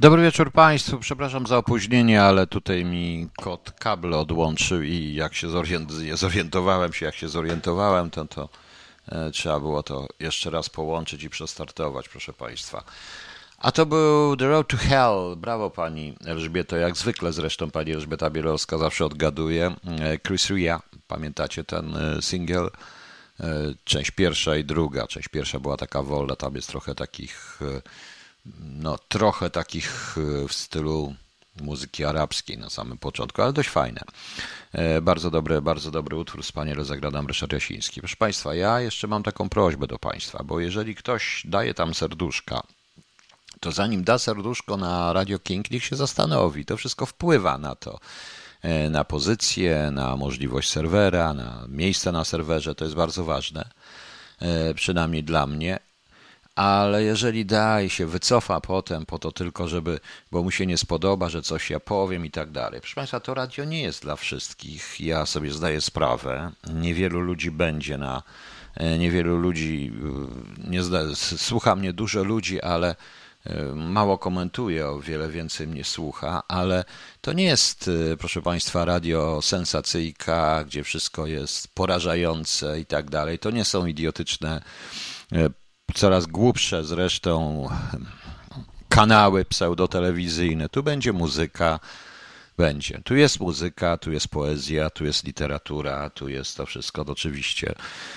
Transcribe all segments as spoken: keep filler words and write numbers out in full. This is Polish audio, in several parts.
Dobry wieczór Państwu. Przepraszam za opóźnienie, ale tutaj mi kot kable odłączył i jak się zorient- zorientowałem się, jak się zorientowałem, to, to e, trzeba było to jeszcze raz połączyć i przestartować, proszę Państwa. A to był The Road to Hell. Brawo Pani Elżbieto, jak zwykle zresztą Pani Elżbieta Bielowska zawsze odgaduje. E, Chris Ria, pamiętacie ten e, singiel? E, Część pierwsza i druga. Część pierwsza była taka wolna, tam jest trochę takich... e, no trochę takich e, w stylu muzyki arabskiej na samym początku, ale dość fajne. E, Bardzo dobry, bardzo dobry utwór, wspaniale zagrał nam Ryszard Jasiński. Proszę Państwa, ja jeszcze mam taką prośbę do Państwa, bo jeżeli ktoś daje tam serduszka, to zanim da serduszko na Radio King, niech się zastanowi. To wszystko wpływa na to, e, na pozycję, na możliwość serwera, na miejsce na serwerze, to jest bardzo ważne, e, przynajmniej dla mnie. Ale jeżeli da i się wycofa potem po to tylko, żeby, bo mu się nie spodoba, że coś ja powiem i tak dalej. Proszę Państwa, to radio nie jest dla wszystkich. Ja sobie zdaję sprawę. Niewielu ludzi będzie na, e, niewielu ludzi, e, nie zda, s- słucha mnie dużo ludzi, ale e, mało komentuje, o wiele więcej mnie słucha, ale to nie jest, e, proszę Państwa, radio sensacyjka, gdzie wszystko jest porażające i tak dalej. To nie są idiotyczne, e, coraz głupsze zresztą kanały pseudotelewizyjne. Tu będzie muzyka, będzie. Tu jest muzyka, tu jest poezja, tu jest literatura, tu jest to wszystko, to oczywiście.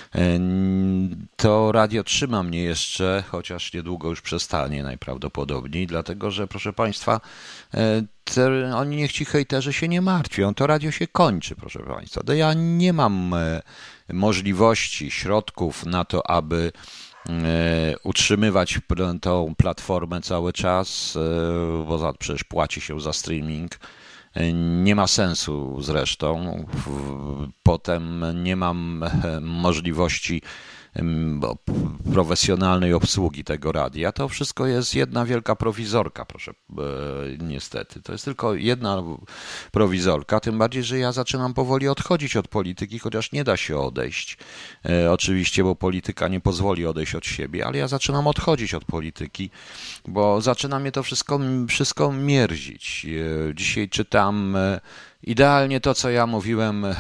To radio trzyma mnie jeszcze, chociaż niedługo już przestanie najprawdopodobniej, dlatego że, proszę Państwa, te, oni niech ci hejterzy się nie martwią. To radio się kończy, proszę Państwa. To ja nie mam e, możliwości, środków na to, aby e, utrzymywać pl- tą platformę cały czas, e, bo za, przecież płaci się za streaming. E, Nie ma sensu zresztą. W- Potem nie mam e, możliwości em, bo- p- profesjonalnej obsługi tego radia. To wszystko jest jedna wielka prowizorka, proszę, e, niestety. To jest tylko jedna prowizorka, tym bardziej, że ja zaczynam powoli odchodzić od polityki, chociaż nie da się odejść. E, oczywiście, bo polityka nie pozwoli odejść od siebie, ale ja zaczynam odchodzić od polityki, bo zaczyna mnie to wszystko, wszystko mierzić. E, dzisiaj czytam e, idealnie to, co ja mówiłem e,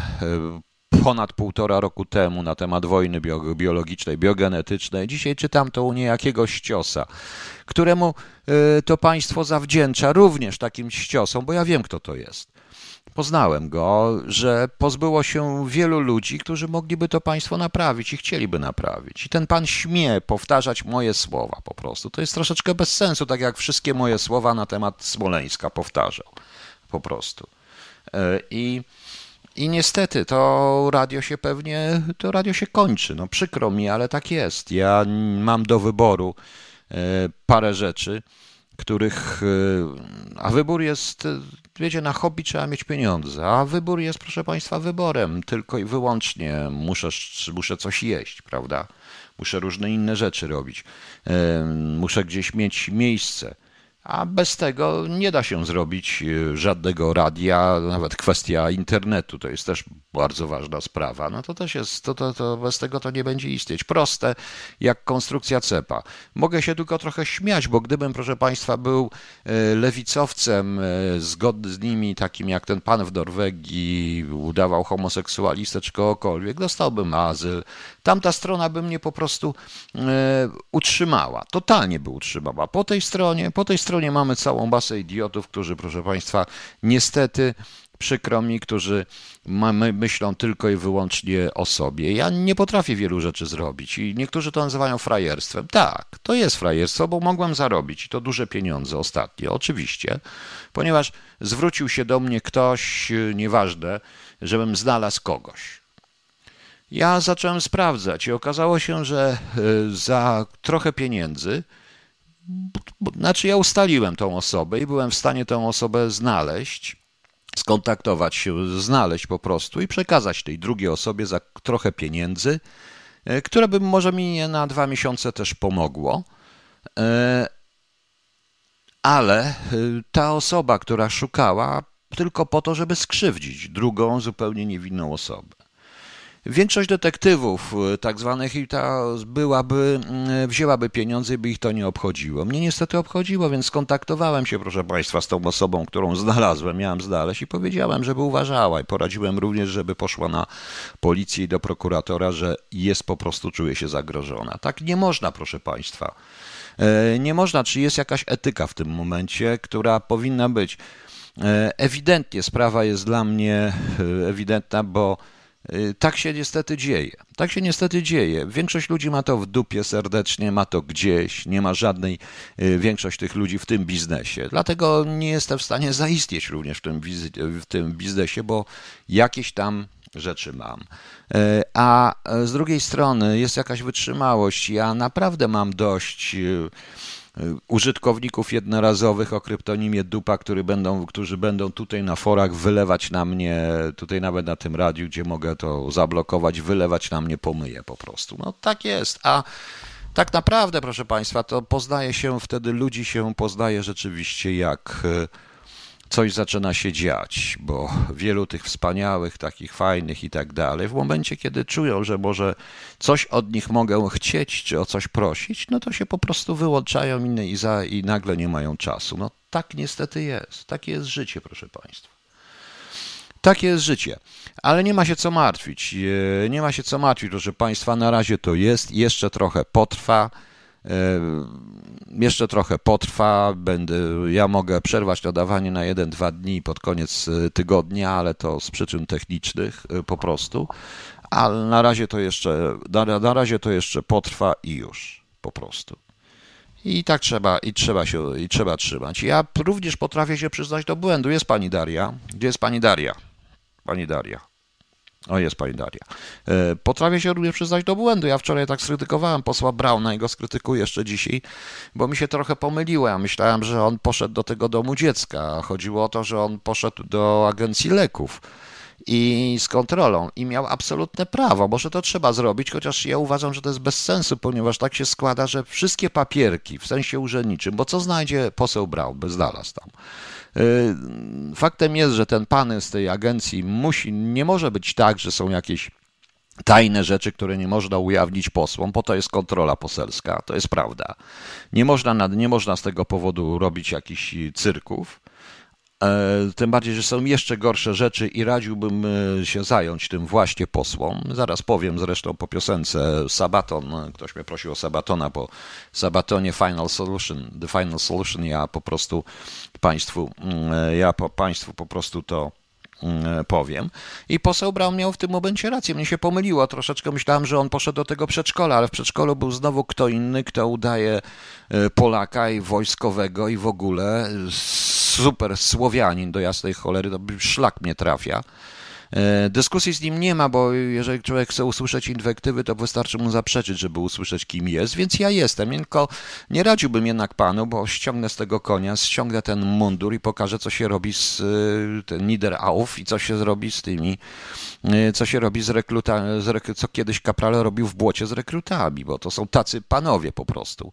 ponad półtora roku temu na temat wojny bio- biologicznej, biogenetycznej. Dzisiaj czytam to u niejakiego ściosa, któremu e, to państwo zawdzięcza również takim ściosom, bo ja wiem, kto to jest. Poznałem go, że pozbyło się wielu ludzi, którzy mogliby to państwo naprawić i chcieliby naprawić. I ten pan śmie powtarzać moje słowa po prostu. To jest troszeczkę bez sensu, tak jak wszystkie moje słowa na temat Smoleńska powtarzał po prostu. E, I, i niestety to radio się pewnie, to radio się kończy. No przykro mi, ale tak jest. Ja mam do wyboru e, parę rzeczy, których, e, a wybór jest, e, wiecie, na hobby trzeba mieć pieniądze, a wybór jest, proszę Państwa, wyborem, tylko i wyłącznie muszę, muszę coś jeść, prawda? Muszę różne inne rzeczy robić, E, muszę gdzieś mieć miejsce, a bez tego nie da się zrobić e, żadnego radia, nawet kwestia internetu to jest też bardzo ważna sprawa. No to też jest, to, to, to bez tego to nie będzie istnieć. Proste jak konstrukcja cepa. Mogę się tylko trochę śmiać, bo gdybym, proszę Państwa, był e, lewicowcem e, zgodny z nimi, takim jak ten pan w Norwegii, udawał homoseksualistę czy kogokolwiek, dostałbym azyl. Tamta strona by mnie po prostu e, utrzymała, totalnie by utrzymała. Po tej stronie, po tej stronie mamy całą masę idiotów, którzy, proszę Państwa, niestety, przykro mi, którzy ma- my- myślą tylko i wyłącznie o sobie. Ja nie potrafię wielu rzeczy zrobić i niektórzy to nazywają frajerstwem. Tak, to jest frajerstwo, bo mogłem zarobić i to duże pieniądze ostatnio, oczywiście, ponieważ zwrócił się do mnie ktoś, e, nieważne, żebym znalazł kogoś. Ja zacząłem sprawdzać i okazało się, że e, za trochę pieniędzy, bo- znaczy ja ustaliłem tą osobę i byłem w stanie tę osobę znaleźć, skontaktować się, znaleźć po prostu i przekazać tej drugiej osobie za trochę pieniędzy, e, które by może mi na dwa miesiące też pomogło. E, Ale y, ta osoba, która szukała tylko po to, żeby skrzywdzić drugą, zupełnie niewinną osobę. Większość detektywów tak zwanych i ta byłaby, wzięłaby pieniądze i by ich to nie obchodziło. Mnie niestety obchodziło, więc skontaktowałem się, proszę Państwa, z tą osobą, którą znalazłem, miałem znaleźć i powiedziałem, żeby uważała i poradziłem również, żeby poszła na policję i do prokuratora, że jest po prostu, czuje się zagrożona. Tak nie można, proszę Państwa. Nie można, czy jest jakaś etyka w tym momencie, która powinna być. Ewidentnie sprawa jest dla mnie ewidentna, bo tak się niestety dzieje. Tak się niestety dzieje. Większość ludzi ma to w dupie serdecznie, ma to gdzieś, nie ma żadnej, większość tych ludzi w tym biznesie. Dlatego nie jestem w stanie zaistnieć również w tym, w tym biznesie, bo jakieś tam rzeczy mam. A z drugiej strony jest jakaś wytrzymałość. Ja naprawdę mam dość użytkowników jednorazowych o kryptonimie Dupa, który będą, którzy będą tutaj na forach wylewać na mnie, tutaj nawet na tym radiu, gdzie mogę to zablokować, wylewać na mnie pomyje po prostu. No tak jest, a tak naprawdę, proszę Państwa, to poznaje się, wtedy ludzi się poznaje rzeczywiście, jak coś zaczyna się dziać, bo wielu tych wspaniałych, takich fajnych i tak dalej, w momencie, kiedy czują, że może coś od nich mogę chcieć, czy o coś prosić, no to się po prostu wyłączają inne i, za, i nagle nie mają czasu. No tak niestety jest. Takie jest życie, proszę Państwa. Takie jest życie. Ale nie ma się co martwić. Nie ma się co martwić, proszę Państwa. Na razie to jest. Jeszcze trochę potrwa. Jeszcze trochę potrwa, będę, ja mogę przerwać nadawanie na jeden, dwa dni pod koniec tygodnia, ale to z przyczyn technicznych po prostu, ale na razie to jeszcze, na, na razie to jeszcze potrwa i już po prostu. I tak trzeba, i trzeba się, i trzeba trzymać. Ja również potrafię się przyznać do błędu. Jest pani Daria? Gdzie jest pani Daria? Pani Daria. O, jest pani Daria. Potrafię się również przyznać do błędu. Ja wczoraj tak skrytykowałem posła Brauna i go skrytykuję jeszcze dzisiaj, bo mi się trochę pomyliło. Ja myślałem, że on poszedł do tego domu dziecka. Chodziło o to, że on poszedł do agencji leków i z kontrolą i miał absolutne prawo. Może to trzeba zrobić, chociaż ja uważam, że to jest bez sensu, ponieważ tak się składa, że wszystkie papierki w sensie urzędniczym, bo co znajdzie poseł Braun, by znalazł tam. Faktem jest, że ten pan z tej agencji musi, nie może być tak, że są jakieś tajne rzeczy, które nie można ujawnić posłom, bo to jest kontrola poselska, to jest prawda. Nie można, nie można z tego powodu robić jakichś cyrków. Tym bardziej, że są jeszcze gorsze rzeczy i radziłbym się zająć tym właśnie posłom. Zaraz powiem zresztą po piosence Sabaton. Ktoś mnie prosił o Sabatona, po Sabatonie Final Solution, The Final Solution. Ja po prostu Państwu, ja po Państwu po prostu to powiem. I poseł Braun miał w tym momencie rację. Mnie się pomyliło. Troszeczkę myślałem, że on poszedł do tego przedszkola, ale w przedszkolu był znowu kto inny, kto udaje Polaka i wojskowego i w ogóle super Słowianin do jasnej cholery. To szlak mnie trafia. Dyskusji z nim nie ma, bo jeżeli człowiek chce usłyszeć inwektywy, to wystarczy mu zaprzeczyć, żeby usłyszeć, kim jest, więc ja jestem. Tylko nie radziłbym jednak panu, bo ściągnę z tego konia, ściągnę ten mundur i pokażę, co się robi z ten Niederauf i co się zrobi z tymi, co się robi z rekrutami, co kiedyś Kapral robił w błocie z rekrutami, bo to są tacy panowie po prostu.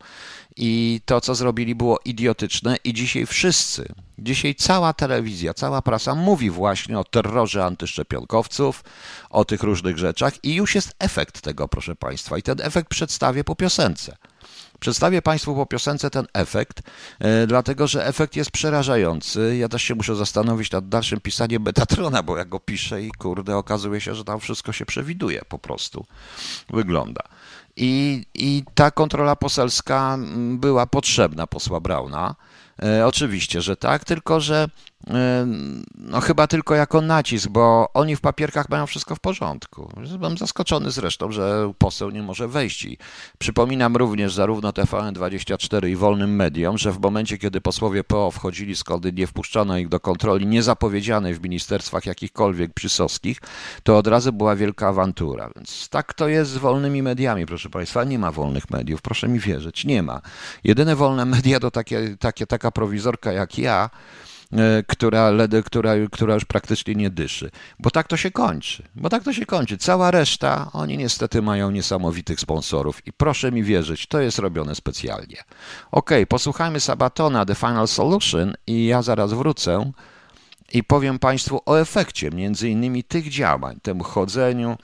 I to, co zrobili, było idiotyczne i dzisiaj wszyscy, dzisiaj cała telewizja, cała prasa mówi właśnie o terrorze antyszczepionkowców, o tych różnych rzeczach i już jest efekt tego, proszę Państwa. I ten efekt przedstawię po piosence. Przedstawię Państwu po piosence ten efekt, e, dlatego że efekt jest przerażający. Ja też się muszę zastanowić nad dalszym pisaniem Metatrona, bo ja go piszę i kurde, okazuje się, że tam wszystko się przewiduje po prostu. Wygląda. I, I ta kontrola poselska była potrzebna posła Brauna. E, oczywiście, że tak, tylko że e, no chyba tylko jako nacisk, bo oni w papierkach mają wszystko w porządku. Byłem zaskoczony zresztą, że poseł nie może wejść. I przypominam również zarówno T V N dwadzieścia cztery i wolnym mediom, że w momencie, kiedy posłowie P O wchodzili, skąd nie wpuszczono ich do kontroli niezapowiedzianej w ministerstwach jakichkolwiek pisowskich, to od razu była wielka awantura. Więc tak to jest z wolnymi mediami, proszę Państwa. Nie ma wolnych mediów, proszę mi wierzyć, nie ma. Jedyne wolne media to takie, takie, taka prowizorka jak ja, która, która, która już praktycznie nie dyszy. Bo tak to się kończy. Bo tak to się kończy. Cała reszta, oni niestety mają niesamowitych sponsorów i proszę mi wierzyć, to jest robione specjalnie. Ok, posłuchajmy Sabatona, The Final Solution i ja zaraz wrócę i powiem Państwu o efekcie między innymi tych działań, temu chodzeniu,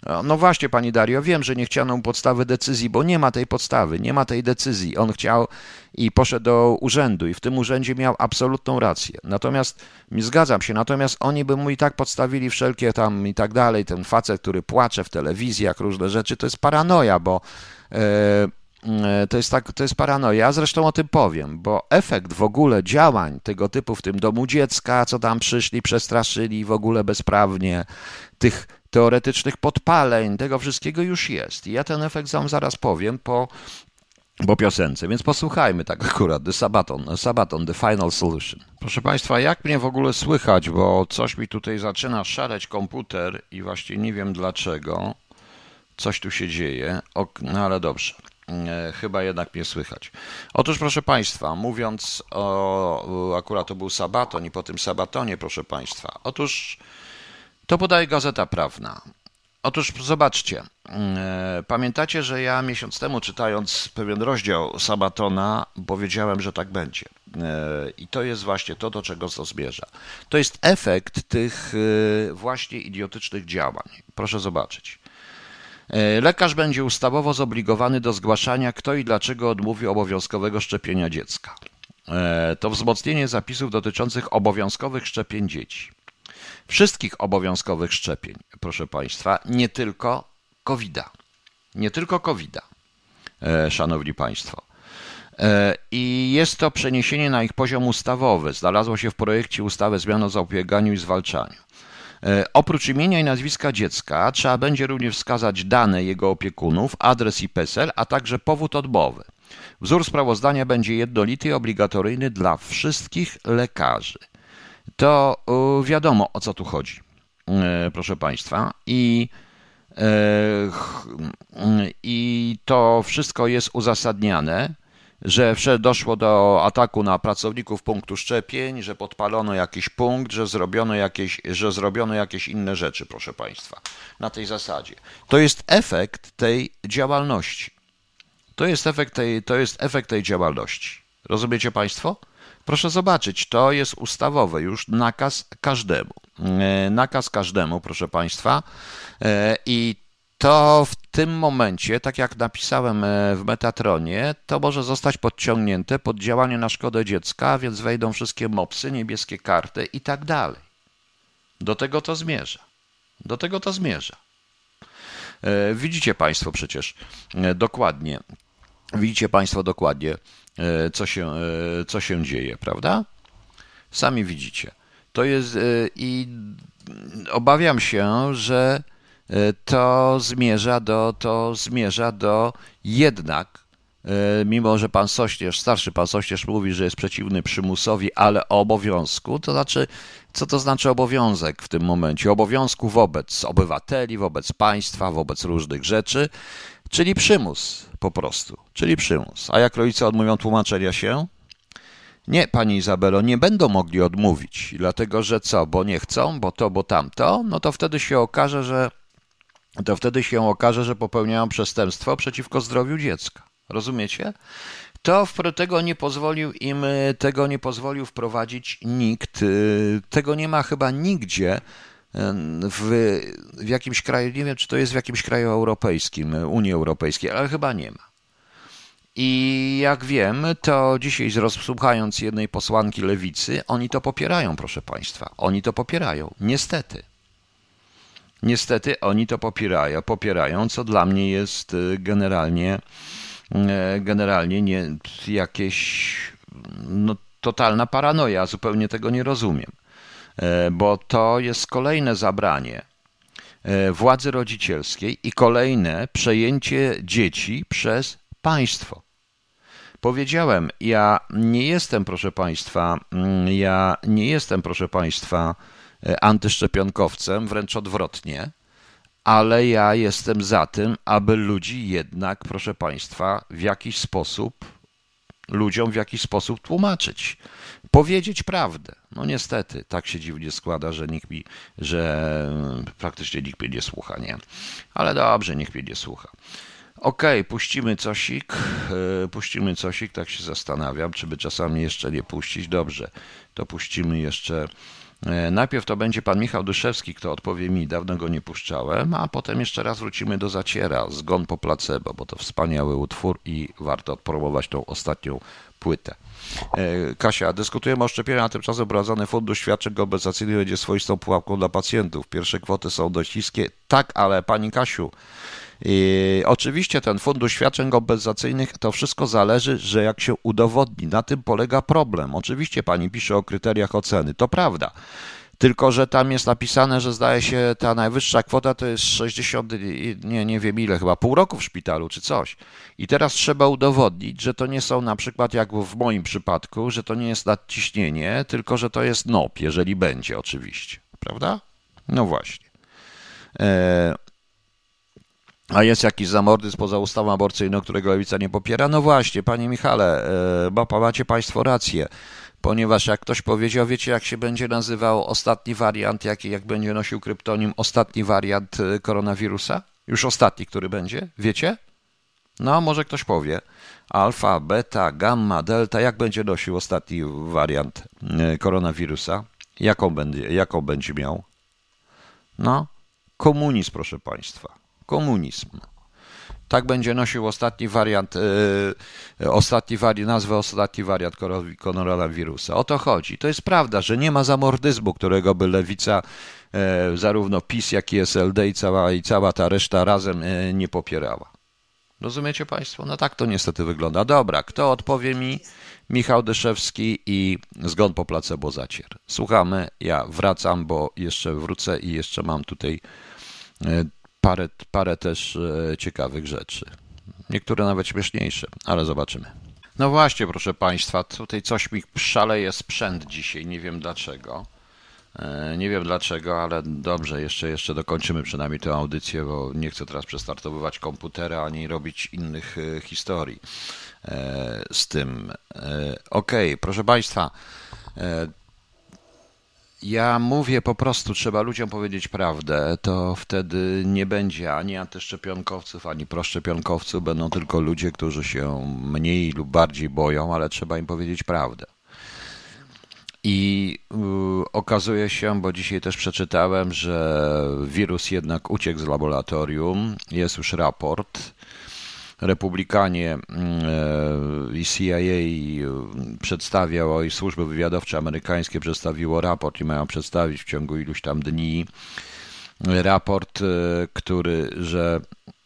No właśnie, pani Dario, wiem, że nie chciano mu podstawy decyzji, bo nie ma tej podstawy, nie ma tej decyzji. On chciał i poszedł do urzędu i w tym urzędzie miał absolutną rację. Natomiast, zgadzam się, natomiast oni by mu i tak podstawili wszelkie tam i tak dalej. Ten facet, który płacze w telewizjach, różne rzeczy, to jest paranoja, bo e, to jest, tak, to jest paranoja. Ja zresztą o tym powiem, bo efekt w ogóle działań tego typu w tym domu dziecka, co tam przyszli, przestraszyli w ogóle bezprawnie, tych teoretycznych podpaleń, tego wszystkiego już jest. I ja ten efekt wam zaraz powiem po, po piosence, więc posłuchajmy tak akurat, The Sabaton, Sabaton, The Final Solution. Proszę Państwa, jak mnie w ogóle słychać, bo coś mi tutaj zaczyna szaleć komputer i właśnie nie wiem dlaczego, coś tu się dzieje, o, no ale dobrze. Chyba jednak mnie słychać. Otóż, proszę Państwa, mówiąc o, akurat to był Sabaton i po tym Sabatonie, proszę Państwa, otóż to podaje Gazeta Prawna. Otóż zobaczcie, pamiętacie, że ja miesiąc temu czytając pewien rozdział Sabatona powiedziałem, że tak będzie. I to jest właśnie to, do czego to zmierza. To jest efekt tych właśnie idiotycznych działań. Proszę zobaczyć. Lekarz będzie ustawowo zobligowany do zgłaszania, kto i dlaczego odmówi obowiązkowego szczepienia dziecka. To wzmocnienie zapisów dotyczących obowiązkowych szczepień dzieci. Wszystkich obowiązkowych szczepień, proszę Państwa, nie tylko kowida. Nie tylko kowida, szanowni Państwo. I jest to przeniesienie na ich poziom ustawowy. Znalazło się w projekcie ustawy zmian o zapobieganiu i zwalczaniu. Oprócz imienia i nazwiska dziecka trzeba będzie również wskazać dane jego opiekunów, adres i PESEL, a także powód odmowy. Wzór sprawozdania będzie jednolity i obligatoryjny dla wszystkich lekarzy. To wiadomo, o co tu chodzi, proszę Państwa. I, i to wszystko jest uzasadniane, że doszło do ataku na pracowników punktu szczepień, że podpalono jakiś punkt, że zrobiono jakieś, że zrobiono jakieś inne rzeczy, proszę Państwa, na tej zasadzie. To jest efekt tej działalności. To jest efekt tej, to jest efekt tej działalności. Rozumiecie Państwo? Proszę zobaczyć, to jest ustawowe, już nakaz każdemu. Nakaz każdemu, proszę Państwa. I to w tym momencie, tak jak napisałem w Metatronie, to może zostać podciągnięte pod działanie na szkodę dziecka, więc wejdą wszystkie mopsy, niebieskie karty i tak dalej. Do tego to zmierza. Do tego to zmierza. Widzicie Państwo przecież dokładnie, widzicie Państwo dokładnie, co się, co się dzieje, prawda? Sami widzicie. To jest i obawiam się, że to zmierza do, to zmierza do jednak, mimo że pan Sośnierz, starszy pan Sośnierz mówi, że jest przeciwny przymusowi, ale obowiązku, to znaczy, co to znaczy obowiązek w tym momencie? Obowiązku wobec obywateli, wobec państwa, wobec różnych rzeczy, czyli przymus po prostu, czyli przymus. A jak rodzice odmówią tłumaczenia się? Nie, pani Izabelo, nie będą mogli odmówić, dlatego że co, bo nie chcą, bo to, bo tamto, no to wtedy się okaże, że to wtedy się okaże, że popełniają przestępstwo przeciwko zdrowiu dziecka. Rozumiecie? To tego nie pozwolił im, tego nie pozwolił wprowadzić nikt. Tego nie ma chyba nigdzie w, w jakimś kraju, nie wiem, czy to jest w jakimś kraju europejskim, Unii Europejskiej, ale chyba nie ma. I jak wiem, to dzisiaj słuchając jednej posłanki lewicy, oni to popierają, proszę Państwa. Oni to popierają. Niestety. Niestety oni to popierają, popierają, co dla mnie jest generalnie, generalnie nie, jakieś no, totalna paranoja. Zupełnie tego nie rozumiem. Bo to jest kolejne zabranie władzy rodzicielskiej i kolejne przejęcie dzieci przez państwo. Powiedziałem, ja nie jestem, proszę Państwa, ja nie jestem, proszę Państwa, antyszczepionkowcem, wręcz odwrotnie, ale ja jestem za tym, aby ludzi jednak, proszę Państwa, w jakiś sposób, ludziom w jakiś sposób tłumaczyć, powiedzieć prawdę. No niestety, tak się dziwnie składa, że nikt mi, że praktycznie nikt mnie nie słucha, nie? Ale dobrze, niech mnie nie słucha. Okej, okay, puścimy cosik, yy, puścimy cosik, tak się zastanawiam, czy by czasami jeszcze nie puścić. Dobrze, to puścimy jeszcze. Yy, najpierw to będzie pan Michał Dyszewski, kto odpowie mi, dawno go nie puszczałem, a potem jeszcze raz wrócimy do Zaciera, Zgon po placebo, bo to wspaniały utwór i warto odpromować tą ostatnią płytę. Yy, Kasia, dyskutujemy o szczepieniach, a tymczasem prowadzony fundusz świadczeń kompensacyjnych będzie swoistą pułapką dla pacjentów. Pierwsze kwoty są dość niskie. Tak, ale pani Kasiu, I oczywiście ten fundusz świadczeń kompensacyjnych to wszystko zależy, że jak się udowodni, na tym polega problem. Oczywiście pani pisze o kryteriach oceny, to prawda. Tylko że tam jest napisane, że zdaje się ta najwyższa kwota to jest sześćdziesiąt, nie, nie wiem ile, chyba pół roku w szpitalu czy coś. I teraz trzeba udowodnić, że to nie są na przykład jak w moim przypadku, że to nie jest nadciśnienie, tylko że to jest N O P, jeżeli będzie oczywiście. Prawda? No właśnie. E A jest jakiś zamordyzm poza ustawą aborcyjną, którego lewica nie popiera? No właśnie, panie Michale, e, macie państwo rację, ponieważ jak ktoś powiedział, wiecie jak się będzie nazywał ostatni wariant, jak, jak będzie nosił kryptonim ostatni wariant koronawirusa? Już ostatni, który będzie? Wiecie? No, może ktoś powie. Alfa, beta, gamma, delta, jak będzie nosił ostatni wariant koronawirusa? Jaką będzie, jaką będzie miał? No, komunizm, proszę państwa. Komunizm. Tak będzie nosił ostatni wariant, yy, ostatni wari, nazwę ostatni wariant koronawirusa. O to chodzi. To jest prawda, że nie ma zamordyzmu, którego by lewica, yy, zarówno PiS, jak i S L D i cała, i cała ta reszta razem yy, nie popierała. Rozumiecie państwo? No tak to niestety wygląda. Dobra, kto odpowie mi? Michał Dyszewski i Zgon po placebo Zacier. Słuchamy, ja wracam, bo jeszcze wrócę i jeszcze mam tutaj yy, Parę, parę też e, ciekawych rzeczy. Niektóre nawet śmieszniejsze, ale zobaczymy. No właśnie, proszę państwa, tutaj coś mi szaleje sprzęt dzisiaj, nie wiem dlaczego. E, nie wiem dlaczego, ale dobrze, jeszcze, jeszcze dokończymy przynajmniej tę audycję, bo nie chcę teraz przestartowywać komputera, ani robić innych e, historii e, z tym. E, Okej, okay, proszę państwa, e, ja mówię po prostu, trzeba ludziom powiedzieć prawdę, to wtedy nie będzie ani antyszczepionkowców, ani proszczepionkowców, będą tylko ludzie, którzy się mniej lub bardziej boją, ale trzeba im powiedzieć prawdę. I y, okazuje się, bo dzisiaj też przeczytałem, że wirus jednak uciekł z laboratorium, jest już raport. Republikanie i C I A przedstawiało i służby wywiadowcze amerykańskie przedstawiło raport i mają przedstawić w ciągu iluś tam dni raport, który, że,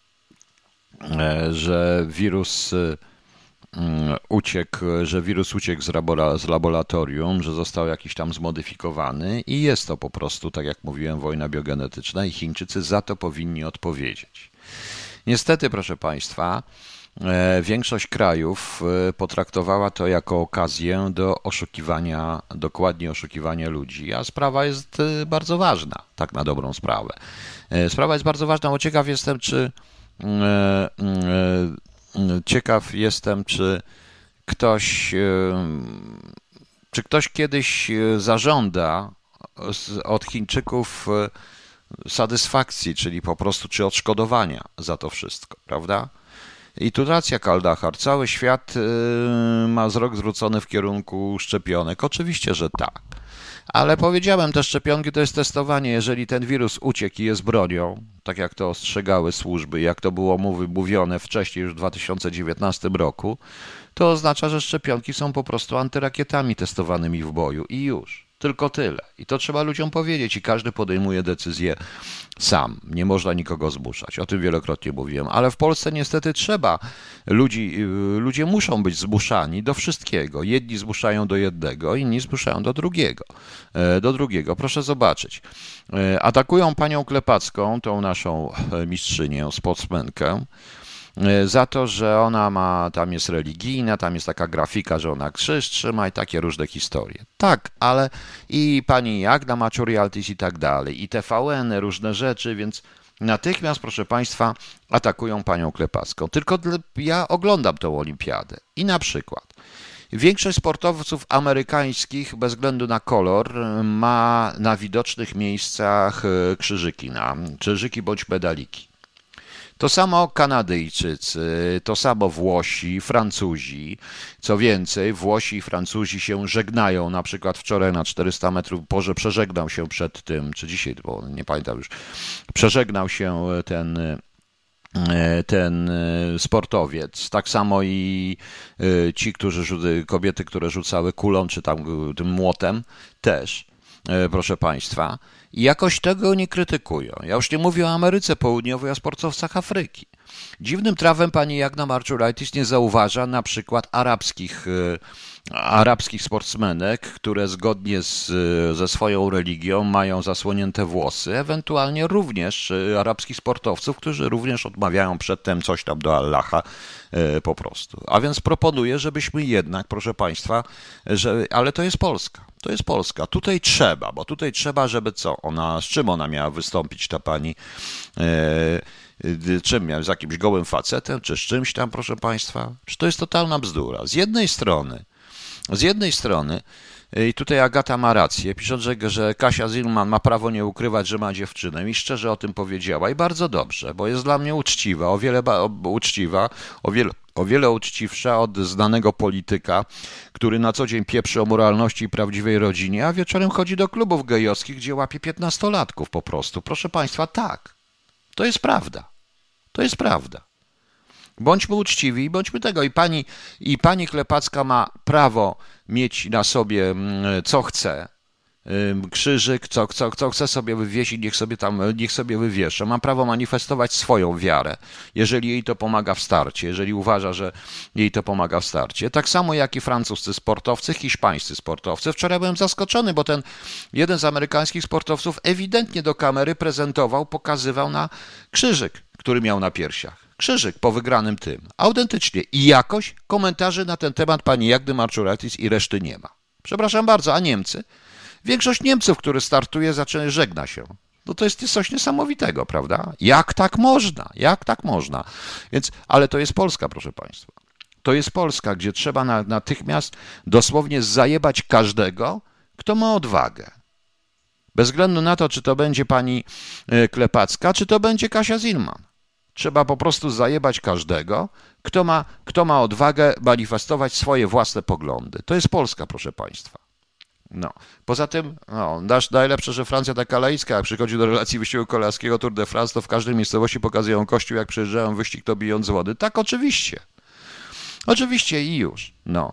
że wirus uciekł, że wirus uciekł z, labora, z laboratorium, że został jakiś tam zmodyfikowany i jest to po prostu, tak jak mówiłem, wojna biogenetyczna i Chińczycy za to powinni odpowiedzieć. Niestety, proszę państwa, większość krajów potraktowała to jako okazję do oszukiwania, dokładnie oszukiwania ludzi, a sprawa jest bardzo ważna, tak na dobrą sprawę. Sprawa jest bardzo ważna, bo ciekaw jestem, czy ciekaw jestem, czy ktoś, czy ktoś kiedyś zażąda od Chińczyków satysfakcji, czyli po prostu czy odszkodowania za to wszystko, prawda? I tu racja Kaldachar, cały świat ma wzrok zwrócony w kierunku szczepionek. Oczywiście, że tak. Ale powiedziałem, te szczepionki to jest testowanie. Jeżeli ten wirus uciekł i jest bronią, tak jak to ostrzegały służby, jak to było mówione wcześniej, już w dwa tysiące dziewiętnastym roku, to oznacza, że szczepionki są po prostu antyrakietami testowanymi w boju i już. Tylko tyle. I to trzeba ludziom powiedzieć i każdy podejmuje decyzję sam. Nie można nikogo zmuszać. O tym wielokrotnie mówiłem. Ale w Polsce niestety trzeba. Ludzi, ludzie muszą być zmuszani do wszystkiego. Jedni zmuszają do jednego, inni zmuszają do drugiego. Do drugiego. Proszę zobaczyć. Atakują panią Klepacką, tą naszą mistrzynię, sportsmenkę, za to, że ona ma, tam jest religijna, tam jest taka grafika, że ona krzyż trzyma i takie różne historie. Tak, ale i pani Jagna Maciurialtis i tak dalej, i T V N, różne rzeczy, więc natychmiast, proszę państwa, atakują panią Klepacką. Tylko ja oglądam tą olimpiadę i na przykład większość sportowców amerykańskich, bez względu na kolor, ma na widocznych miejscach krzyżyki, na krzyżyki bądź medaliki. To samo Kanadyjczycy, to samo Włosi, Francuzi. Co więcej, Włosi i Francuzi się żegnają. Na przykład wczoraj na czterysta metrów Boże przeżegnał się przed tym, czy dzisiaj, bo nie pamiętam już, przeżegnał się ten ten sportowiec, tak samo i ci, którzy kobiety, które rzucały kulą, czy tam tym młotem, też, proszę Państwa, i jakoś tego nie krytykują. Ja już nie mówię o Ameryce Południowej, o sportowcach Afryki. Dziwnym trawem pani Jagna Marczulaitis nie zauważa na przykład arabskich, arabskich sportsmenek, które zgodnie z, ze swoją religią mają zasłonięte włosy, ewentualnie również arabskich sportowców, którzy również odmawiają przedtem coś tam do Allaha po prostu. A więc proponuję, żebyśmy jednak, proszę Państwa, że, ale to jest Polska. To jest Polska. Tutaj trzeba, bo tutaj trzeba, żeby co? Ona, z czym ona miała wystąpić, ta pani? E, czym miał? Z jakimś gołym facetem, czy z czymś tam, proszę Państwa? Czy to jest totalna bzdura? Z jednej strony, z jednej strony, i tutaj Agata ma rację, pisząc, że, że Kasia Zillman ma prawo nie ukrywać, że ma dziewczynę i szczerze o tym powiedziała i bardzo dobrze, bo jest dla mnie uczciwa, o wiele o, uczciwa, o wiele, o wiele uczciwsza od znanego polityka, który na co dzień pieprzy o moralności i prawdziwej rodzinie, a wieczorem chodzi do klubów gejowskich, gdzie łapie piętnastolatków po prostu. Proszę Państwa, tak, to jest prawda, to jest prawda. Bądźmy uczciwi i bądźmy tego. I pani, i pani Klepacka ma prawo mieć na sobie co chce, krzyżyk, co, co, co chce sobie wywiesić, niech sobie tam, niech sobie wywiesza. Ma prawo manifestować swoją wiarę, jeżeli jej to pomaga w starcie, jeżeli uważa, że jej to pomaga w starcie. Tak samo jak i francuscy sportowcy, hiszpańscy sportowcy. Wczoraj byłem zaskoczony, bo ten jeden z amerykańskich sportowców ewidentnie do kamery prezentował, pokazywał na krzyżyk, który miał na piersiach. Krzyżyk po wygranym tym. Autentycznie. I jakoś komentarzy na ten temat pani Jagny Marczulaitis i reszty nie ma. Przepraszam bardzo, a Niemcy? Większość Niemców, który startuje, zaczyna, żegna się. No to jest coś niesamowitego, prawda? Jak tak można? Jak tak można? Więc, ale to jest Polska, proszę Państwa. To jest Polska, gdzie trzeba na, natychmiast dosłownie zajebać każdego, kto ma odwagę. Bez względu na to, czy to będzie pani Klepacka, czy to będzie Kasia Zillman. Trzeba po prostu zajebać każdego, kto ma, kto ma odwagę manifestować swoje własne poglądy. To jest Polska, proszę Państwa. No. Poza tym, no, najlepsze, że Francja taka laicka, jak przychodzi do relacji wyścigu kolarskiego Tour de France, to w każdej miejscowości pokazują kościół, jak przyjeżdżają wyścig, to biją z wody. Tak, oczywiście. Oczywiście i już. No.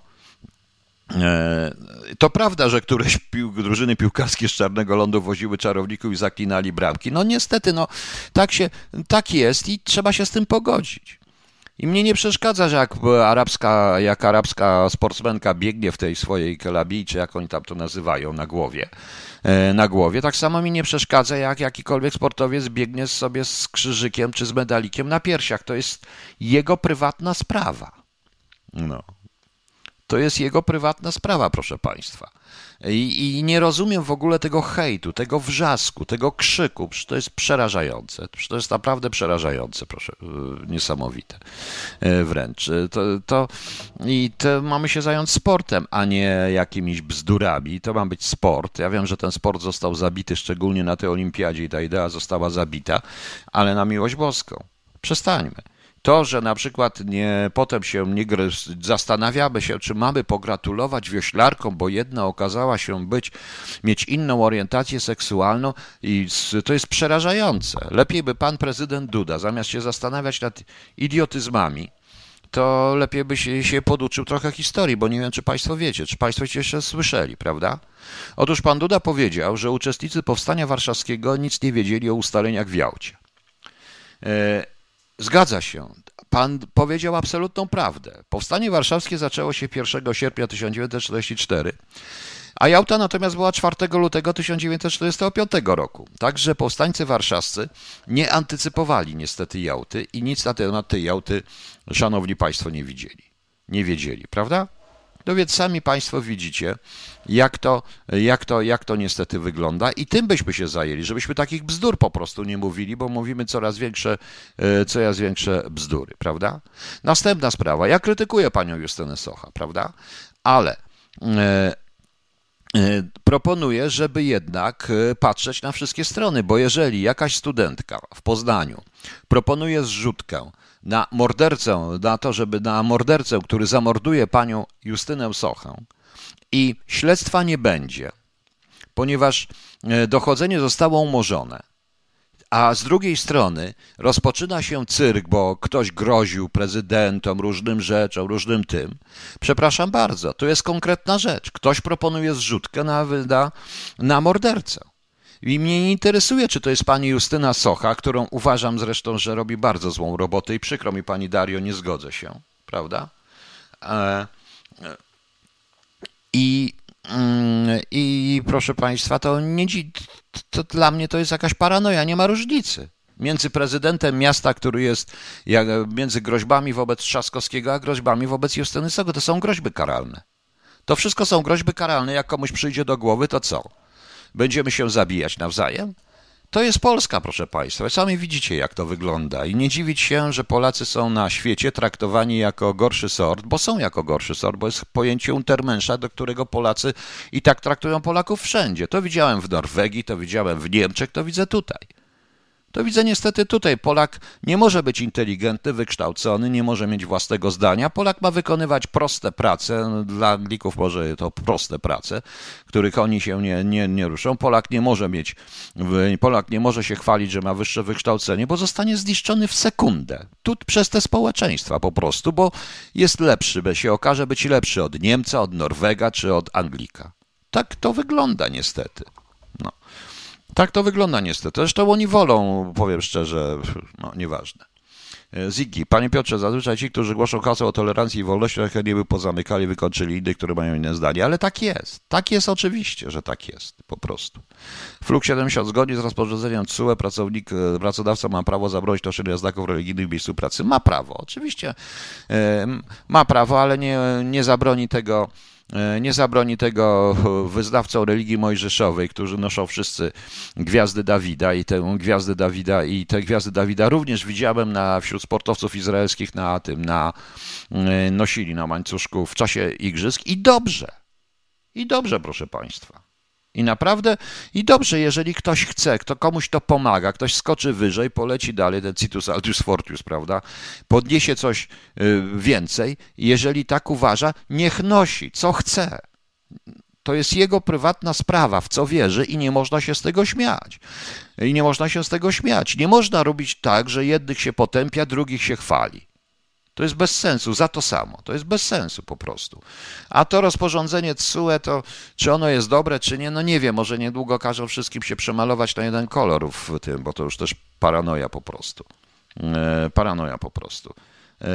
To prawda, że któreś pił, drużyny piłkarskie z Czarnego Lądu woziły czarowników i zaklinali bramki. No niestety, no tak, się, tak jest i trzeba się z tym pogodzić. I mnie nie przeszkadza, że jak arabska, jak arabska sportsmenka biegnie w tej swojej kelabii, czy jak oni tam to nazywają, na głowie, na głowie, tak samo mi nie przeszkadza, jak jakikolwiek sportowiec biegnie sobie z krzyżykiem czy z medalikiem na piersiach. To jest jego prywatna sprawa. No. To jest jego prywatna sprawa, proszę Państwa. I, I nie rozumiem w ogóle tego hejtu, tego wrzasku, tego krzyku. To jest przerażające. To jest naprawdę przerażające, proszę, niesamowite wręcz. To, to, I to mamy się zająć sportem, a nie jakimiś bzdurami. To ma być sport. Ja wiem, że ten sport został zabity, szczególnie na tej olimpiadzie i ta idea została zabita, ale na miłość boską. Przestańmy. To, że na przykład nie, potem się nie zastanawiamy się, czy mamy pogratulować wioślarkom, bo jedna okazała się być, mieć inną orientację seksualną i to jest przerażające. Lepiej by pan prezydent Duda, zamiast się zastanawiać nad idiotyzmami, to lepiej by się, się poduczył trochę historii, bo nie wiem, czy państwo wiecie, czy państwo jeszcze słyszeli, prawda? Otóż pan Duda powiedział, że uczestnicy Powstania Warszawskiego nic nie wiedzieli o ustaleniach w Jałcie. E, Zgadza się. Pan powiedział absolutną prawdę. Powstanie warszawskie zaczęło się pierwszego sierpnia tysiąc dziewięćset czterdziestego czwartego, a Jałta natomiast była czwartego lutego tysiąc dziewięćset czterdziestego piątego roku. Także powstańcy warszawscy nie antycypowali niestety Jałty i nic na temat tej Jałty, szanowni państwo, nie widzieli. Nie wiedzieli, prawda? No więc sami państwo widzicie, jak to, jak to, jak to niestety wygląda i tym byśmy się zajęli, żebyśmy takich bzdur po prostu nie mówili, bo mówimy coraz większe, coraz większe bzdury, prawda? Następna sprawa. Ja krytykuję panią Justynę Socha, prawda? Ale proponuję, żeby jednak patrzeć na wszystkie strony, bo jeżeli jakaś studentka w Poznaniu proponuje zrzutkę na mordercę, na to, żeby na mordercę, który zamorduje panią Justynę Sochę i śledztwa nie będzie, ponieważ dochodzenie zostało umorzone, a z drugiej strony rozpoczyna się cyrk, bo ktoś groził prezydentom różnym rzeczom, różnym tym. Przepraszam bardzo, to jest konkretna rzecz. Ktoś proponuje zrzutkę na, na, na mordercę. I mnie nie interesuje, czy to jest pani Justyna Socha, którą uważam zresztą, że robi bardzo złą robotę i przykro mi, pani Dario, nie zgodzę się, prawda? E, I I proszę Państwa, to, nie, to dla mnie to jest jakaś paranoja, nie ma różnicy. Między prezydentem miasta, który jest jak, między groźbami wobec Trzaskowskiego, a groźbami wobec Justyny Sochy. To są groźby karalne. To wszystko są groźby karalne. Jak komuś przyjdzie do głowy, to co? Będziemy się zabijać nawzajem? To jest Polska, proszę Państwa. Sami widzicie, jak to wygląda. I nie dziwić się, że Polacy są na świecie traktowani jako gorszy sort, bo są jako gorszy sort, bo jest pojęcie Untermenscha, do którego Polacy i tak traktują Polaków wszędzie. To widziałem w Norwegii, to widziałem w Niemczech, to widzę tutaj. To widzę niestety tutaj. Polak nie może być inteligentny, wykształcony, nie może mieć własnego zdania. Polak ma wykonywać proste prace, dla Anglików może to proste prace, których oni się nie, nie, nie ruszą. Polak nie może mieć, Polak nie może się chwalić, że ma wyższe wykształcenie, bo zostanie zniszczony w sekundę. Tu przez te społeczeństwa po prostu, bo jest lepszy, bo się okaże być lepszy od Niemca, od Norwega czy od Anglika. Tak to wygląda niestety. No. Tak to wygląda niestety. Zresztą oni wolą, powiem szczerze, no nieważne. Ziggy, panie Piotrze, zazwyczaj ci, którzy głoszą hasło o tolerancji i wolności, chętnie by pozamykali, wykończyli innych, które mają inne zdanie. Ale tak jest. Tak jest oczywiście, że tak jest. Po prostu. Fluk siedemdziesiąt zgodnie z rozporządzeniem T S U E pracownik, pracodawca ma prawo zabronić noszenia znaków religijnych w miejscu pracy. Ma prawo. Oczywiście ma prawo, ale nie, nie zabroni tego Nie zabroni tego wyznawcom religii mojżeszowej, którzy noszą wszyscy gwiazdy Dawida i tę gwiazdę Dawida i te gwiazdy Dawida również widziałem na, wśród sportowców izraelskich na tym, na nosili na łańcuszku w czasie igrzysk i dobrze. I dobrze, proszę Państwa. I naprawdę, i dobrze, jeżeli ktoś chce, kto komuś to pomaga, ktoś skoczy wyżej, poleci dalej, ten Citus Altius Fortius, prawda, podniesie coś więcej, jeżeli tak uważa, niech nosi, co chce. To jest jego prywatna sprawa, w co wierzy i nie można się z tego śmiać. I nie można się z tego śmiać. Nie można robić tak, że jednych się potępia, drugich się chwali. To jest bez sensu, za to samo. To jest bez sensu po prostu. A to rozporządzenie T S U E, to czy ono jest dobre, czy nie, no nie wiem, może niedługo każą wszystkim się przemalować na jeden kolor w tym, bo to już też paranoja po prostu. E, paranoja po prostu. E,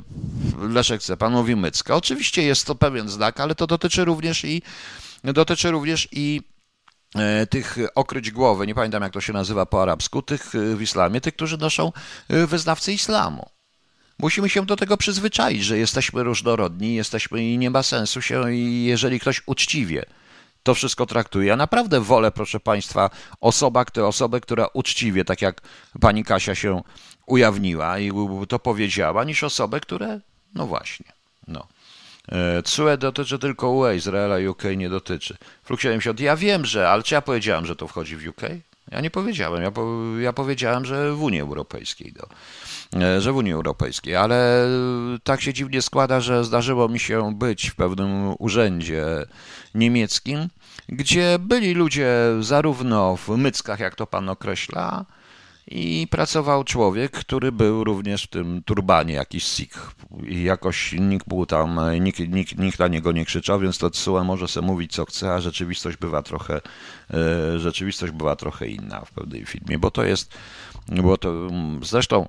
Leszek C. Pan mówi mycka. Oczywiście jest to pewien znak, ale to dotyczy również i dotyczy również i tych okryć głowy, nie pamiętam jak to się nazywa po arabsku, tych w islamie, tych, którzy noszą wyznawcy islamu. Musimy się do tego przyzwyczaić, że jesteśmy różnorodni, jesteśmy i nie ma sensu się, i jeżeli ktoś uczciwie to wszystko traktuje. Ja naprawdę wolę, proszę Państwa, osoba, osobę, która uczciwie, tak jak pani Kasia się ujawniła i to powiedziała, niż osobę, które, no właśnie, no. T S U E dotyczy tylko U E, Izraela i U K nie dotyczy. Fluk siedemdziesiąt, ja wiem, że, ale czy ja powiedziałem, że to wchodzi w U K? Ja nie powiedziałem, ja, po, ja powiedziałem, że w Unii Europejskiej, no. że w Unii Europejskiej, ale tak się dziwnie składa, że zdarzyło mi się być w pewnym urzędzie niemieckim, gdzie byli ludzie zarówno w myckach, jak to pan określa, i pracował człowiek, który był również w tym turbanie, jakiś Sikh. I jakoś nikt był tam, nikt, nikt, nikt na niego nie krzyczał, więc to T S U E może sobie mówić co chce, a rzeczywistość bywa trochę, rzeczywistość bywa trochę inna w pewnej filmie, bo to jest, bo to zresztą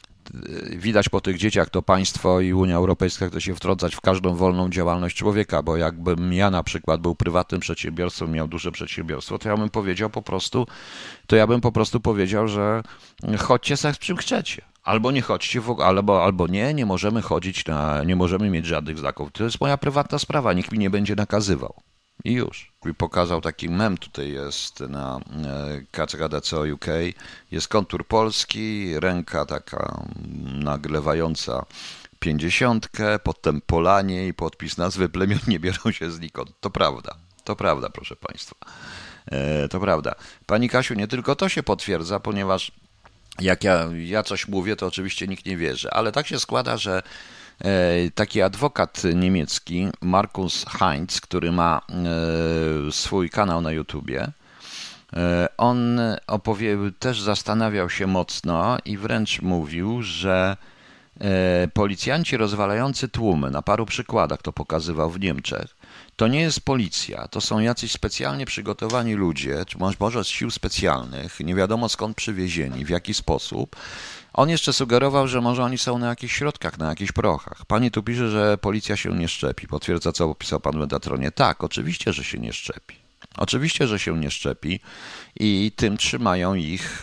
widać po tych dzieciach, to państwo i Unia Europejska chce się wtrącać w każdą wolną działalność człowieka, bo jakbym ja na przykład był prywatnym przedsiębiorcą, miał duże przedsiębiorstwo, to ja bym powiedział po prostu, to ja bym po prostu powiedział, że chodźcie se z czym chcecie. Albo nie chodźcie, w ogóle, albo, albo nie, nie możemy chodzić na, nie możemy mieć żadnych znaków. To jest moja prywatna sprawa, nikt mi nie będzie nakazywał. I już. I pokazał taki mem, tutaj jest na K C D C O U K, jest kontur Polski, ręka taka naglewająca pięćdziesiątkę, potem Polanie i podpis nazwy plemion nie biorą się znikąd. To prawda, To prawda, proszę Państwa. To prawda. Pani Kasiu, nie tylko to się potwierdza, ponieważ jak ja, ja coś mówię, to oczywiście nikt nie wierzy, ale tak się składa, że taki adwokat niemiecki, Markus Heinz, który ma swój kanał na YouTubie, on opowie, też zastanawiał się mocno i wręcz mówił, że policjanci rozwalający tłumy, na paru przykładach to pokazywał w Niemczech, to nie jest policja, to są jacyś specjalnie przygotowani ludzie, czy może z sił specjalnych, nie wiadomo skąd przywiezieni, w jaki sposób. On jeszcze sugerował, że może oni są na jakichś środkach, na jakichś prochach. Pani tu pisze, że policja się nie szczepi. Potwierdza, co opisał pan w Metatronie. Tak, oczywiście, że się nie szczepi. Oczywiście, że się nie szczepi i tym trzymają ich,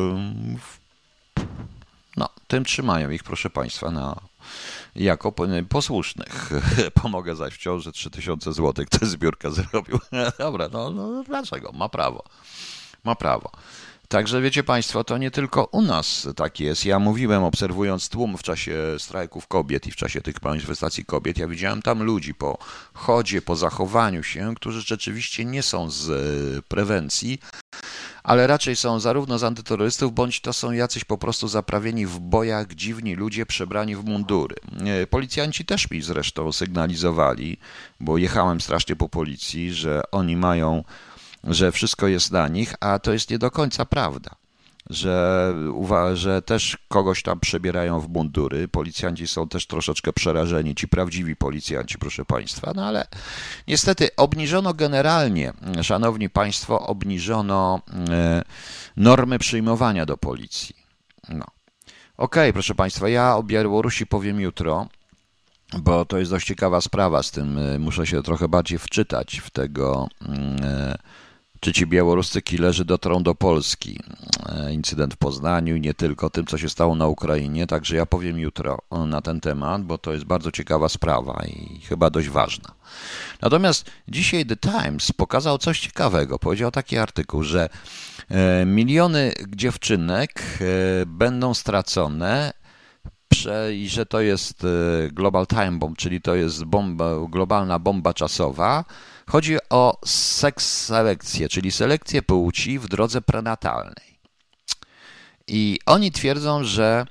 no, tym trzymają ich, proszę państwa, na... jako posłusznych. Pomogę zaś w ciąży trzy tysiące złotych, tę zbiórkę zrobił. Dobra, no, no dlaczego? Ma prawo. Ma prawo. Także wiecie Państwo, to nie tylko u nas tak jest. Ja mówiłem, obserwując tłum w czasie strajków kobiet i w czasie tych manifestacji kobiet, ja widziałem tam ludzi po chodzie, po zachowaniu się, którzy rzeczywiście nie są z prewencji, ale raczej są zarówno z antyterrorystów, bądź to są jacyś po prostu zaprawieni w bojach dziwni ludzie przebrani w mundury. Policjanci też mi zresztą sygnalizowali, bo jechałem strasznie po policji, że oni mają, że wszystko jest na nich, a to jest nie do końca prawda. Że, że też kogoś tam przebierają w mundury. Policjanci są też troszeczkę przerażeni, ci prawdziwi policjanci, proszę Państwa. No ale niestety obniżono generalnie, szanowni Państwo, obniżono normy przyjmowania do policji. No. Okej, okay, proszę Państwa, ja o Białorusi powiem jutro, bo to jest dość ciekawa sprawa z tym. Muszę się trochę bardziej wczytać w tego... Czy ci białoruscy killerzy dotrą do Polski? Incydent w Poznaniu i nie tylko, tym co się stało na Ukrainie, także ja powiem jutro na ten temat, bo to jest bardzo ciekawa sprawa i chyba dość ważna. Natomiast dzisiaj The Times pokazał coś ciekawego. Powiedział taki artykuł, że miliony dziewczynek będą stracone i że to jest Global Time Bomb, czyli to jest bomba, globalna bomba czasowa. Chodzi o seks selekcję, czyli selekcję płci w drodze prenatalnej. I oni twierdzą, że,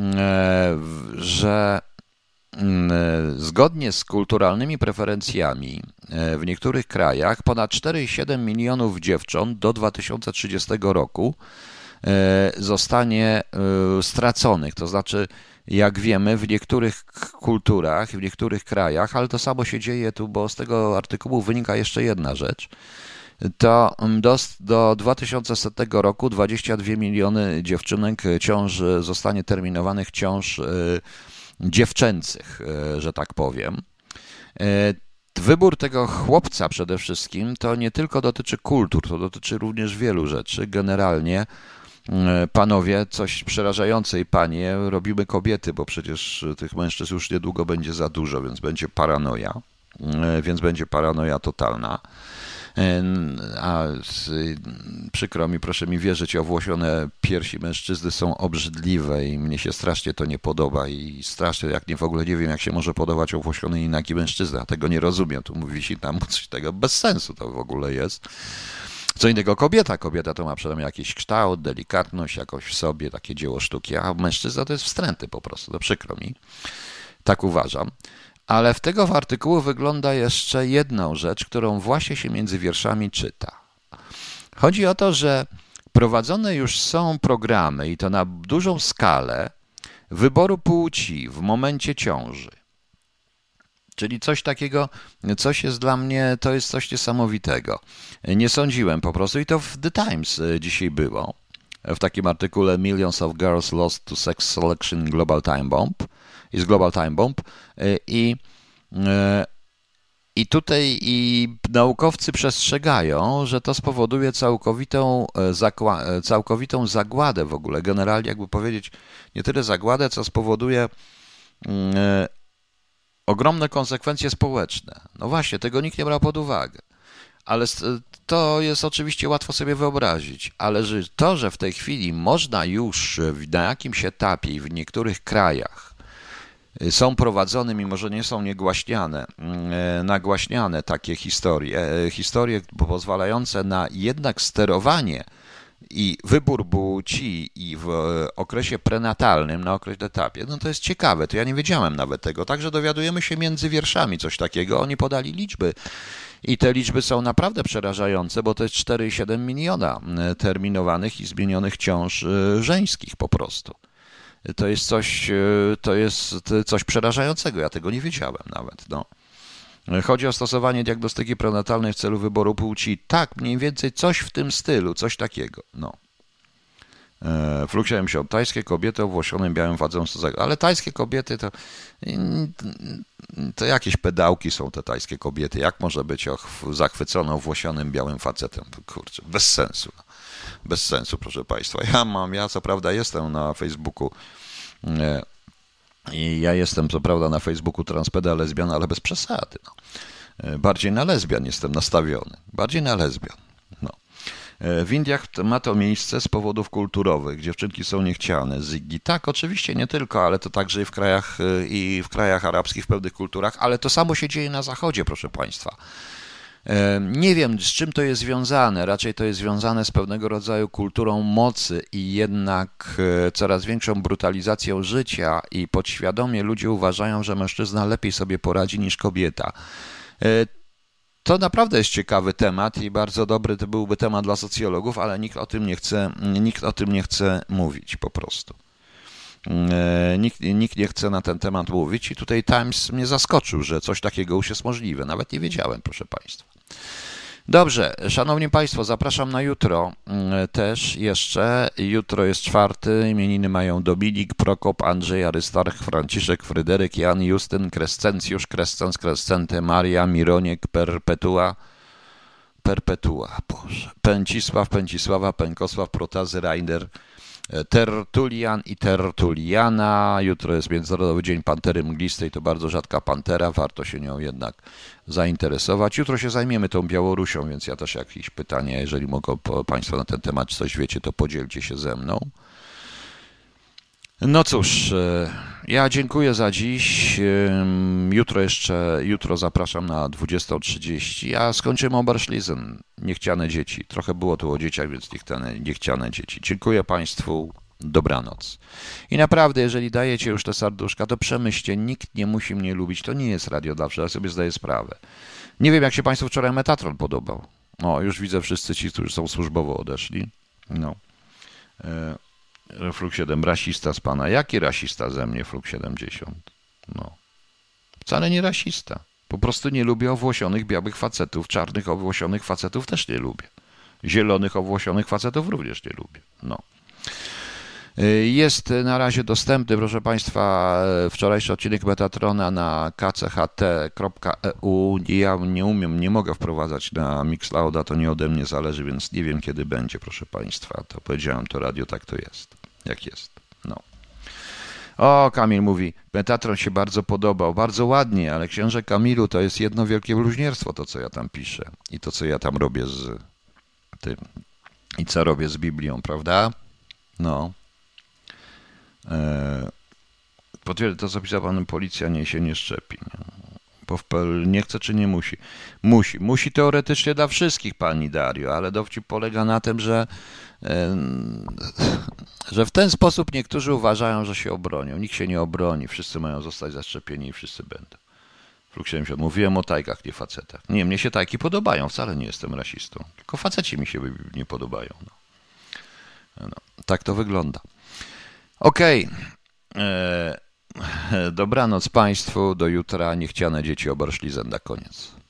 że zgodnie z kulturalnymi preferencjami w niektórych krajach ponad cztery przecinek siedem milionów dziewcząt do dwa tysiące trzydziestego roku zostanie straconych, to znaczy jak wiemy, w niektórych kulturach, w niektórych krajach, ale to samo się dzieje tu, bo z tego artykułu wynika jeszcze jedna rzecz, to do, do dwa tysiące setnego roku dwadzieścia dwa miliony dziewczynek ciąż zostanie terminowanych ciąż dziewczęcych, że tak powiem. Wybór tego chłopca przede wszystkim to nie tylko dotyczy kultur, to dotyczy również wielu rzeczy. Generalnie panowie, coś przerażające i panie, robimy kobiety, bo przecież tych mężczyzn już niedługo będzie za dużo, więc będzie paranoja, więc będzie paranoja totalna. A przykro mi, proszę mi wierzyć, owłosione piersi mężczyzny są obrzydliwe i mnie się strasznie to nie podoba i strasznie, jak nie w ogóle nie wiem, jak się może podobać owłosiony i nagi mężczyzna. Tego nie rozumiem, tu wisi tam coś tego bez sensu to w ogóle jest. Co innego kobieta. Kobieta to ma przynajmniej jakiś kształt, delikatność jakoś w sobie, takie dzieło sztuki, a mężczyzna to jest wstręty po prostu, to przykro mi. Tak uważam. Ale w tego w artykułu wygląda jeszcze jedną rzecz, którą właśnie się między wierszami czyta. Chodzi o to, że prowadzone już są programy i to na dużą skalę wyboru płci w momencie ciąży. Czyli coś takiego, coś jest dla mnie, to jest coś niesamowitego. Nie sądziłem po prostu i to w The Times dzisiaj było. W takim artykule Millions of Girls Lost to Sex Selection Global Time Bomb. Jest Global Time Bomb i, i tutaj i naukowcy przestrzegają, że to spowoduje całkowitą, zakła- całkowitą zagładę w ogóle. Generalnie jakby powiedzieć, nie tyle zagładę, co spowoduje ogromne konsekwencje społeczne. No właśnie, tego nikt nie brał pod uwagę. Ale to jest oczywiście łatwo sobie wyobrazić, ale że to, że w tej chwili można już na jakimś etapie i w niektórych krajach są prowadzone, mimo że nie są niegłaśniane, nagłaśniane takie historie, historie pozwalające na jednak sterowanie i wybór płci i w okresie prenatalnym, na określonym etapie, no to jest ciekawe, to ja nie wiedziałem nawet tego. Także dowiadujemy się między wierszami coś takiego. Oni podali liczby i te liczby są naprawdę przerażające, bo to jest cztery i siedem miliona terminowanych i zmienionych ciąż żeńskich po prostu. To jest coś, to jest coś przerażającego, ja tego nie wiedziałem nawet, no. Chodzi o stosowanie diagnostyki prenatalnej w celu wyboru płci. Tak, mniej więcej coś w tym stylu, coś takiego. No. Fluk się tajskie kobiety owłosionym białym facem, ale tajskie kobiety to, to jakieś pedałki są te tajskie kobiety. Jak może być zachwyconą owłosionym białym facetem? Kurczę, bez sensu. Bez sensu, proszę Państwa. Ja mam, ja co prawda jestem na Facebooku i ja jestem co prawda na Facebooku transpeda lesbian, ale bez przesady. No. Bardziej na lesbian jestem nastawiony. Bardziej na lesbian. No. W Indiach ma to miejsce z powodów kulturowych. Dziewczynki są niechciane. Ziggy. Tak, oczywiście nie tylko, ale to także i w krajach, i w krajach arabskich, w pewnych kulturach, ale to samo się dzieje na zachodzie, proszę Państwa. Nie wiem, z czym to jest związane. Raczej to jest związane z pewnego rodzaju kulturą mocy i jednak coraz większą brutalizacją życia i podświadomie ludzie uważają, że mężczyzna lepiej sobie poradzi niż kobieta. To naprawdę jest ciekawy temat i bardzo dobry to byłby temat dla socjologów, ale nikt o tym nie chce, nikt o tym nie chce mówić po prostu. Nikt, nikt nie chce na ten temat mówić i tutaj Times mnie zaskoczył, że coś takiego już jest możliwe. Nawet nie wiedziałem, proszę Państwa. Dobrze, Szanowni Państwo, zapraszam na jutro też jeszcze. Jutro jest czwarty, imieniny mają Dominik, Prokop, Andrzej, Arystarch, Franciszek, Fryderyk, Jan, Justyn, Krescencjusz, Krescens, Krescente, Maria, Mironiek, Perpetua, Perpetua, Boże, Pęcisław, Pęcisława, Pękosław, Protazy, Rainer, Tertulian i Tertuliana. Jutro jest Międzynarodowy Dzień Pantery Mglistej, to bardzo rzadka pantera, warto się nią jednak zainteresować. Jutro się zajmiemy tą Białorusią, więc ja też jakieś pytania, jeżeli mogą Państwo na ten temat coś wiecie, to podzielcie się ze mną. No cóż, ja dziękuję za dziś. Jutro jeszcze, jutro zapraszam na dwudziestą trzydzieści, a skończymy Oberschließen, niechciane dzieci. Trochę było tu o dzieciach, więc niechciane, niechciane dzieci. Dziękuję Państwu, dobranoc. I naprawdę, jeżeli dajecie już te serduszka, to przemyślcie, nikt nie musi mnie lubić, to nie jest radio dla wszystkich, ja sobie zdaję sprawę. Nie wiem, jak się Państwu wczoraj Metatron podobał. O, już widzę wszyscy ci, którzy są służbowo odeszli. No. Fluk siedem, rasista z pana. Jaki rasista ze mnie, Fluk siedemdziesiąt? No. Wcale nie rasista. Po prostu nie lubię owłosionych białych facetów, czarnych owłosionych facetów też nie lubię. Zielonych owłosionych facetów również nie lubię. No. Jest na razie dostępny, proszę Państwa, wczorajszy odcinek Metatrona na k c h t kropka e u. Ja nie umiem, nie mogę wprowadzać na Mixclouda, to nie ode mnie zależy, więc nie wiem kiedy będzie, proszę Państwa. To powiedziałem, to radio tak to jest, jak jest. No. O, Kamil mówi, Metatron się bardzo podobał, bardzo ładnie, ale księże Kamilu, to jest jedno wielkie bluźnierstwo, to co ja tam piszę i to co ja tam robię z tym i co robię z Biblią, prawda? No. Potwierdzę to, co pisał pan, policja nie się nie szczepi. Bo w P L nie chce czy nie musi? Musi. Musi teoretycznie dla wszystkich, pani Dario, ale dowcip polega na tym, że, że w ten sposób niektórzy uważają, że się obronią. Nikt się nie obroni, wszyscy mają zostać zaszczepieni i wszyscy będą. Fluk siedemdziesiąt. Mówiłem o tajkach, nie facetach. Nie, mnie się tajki podobają, wcale nie jestem rasistą. Tylko faceci mi się nie podobają. No. No, tak to wygląda. Okej, okay. Dobranoc Państwu, do jutra, niechciane dzieci Oberschließen na koniec.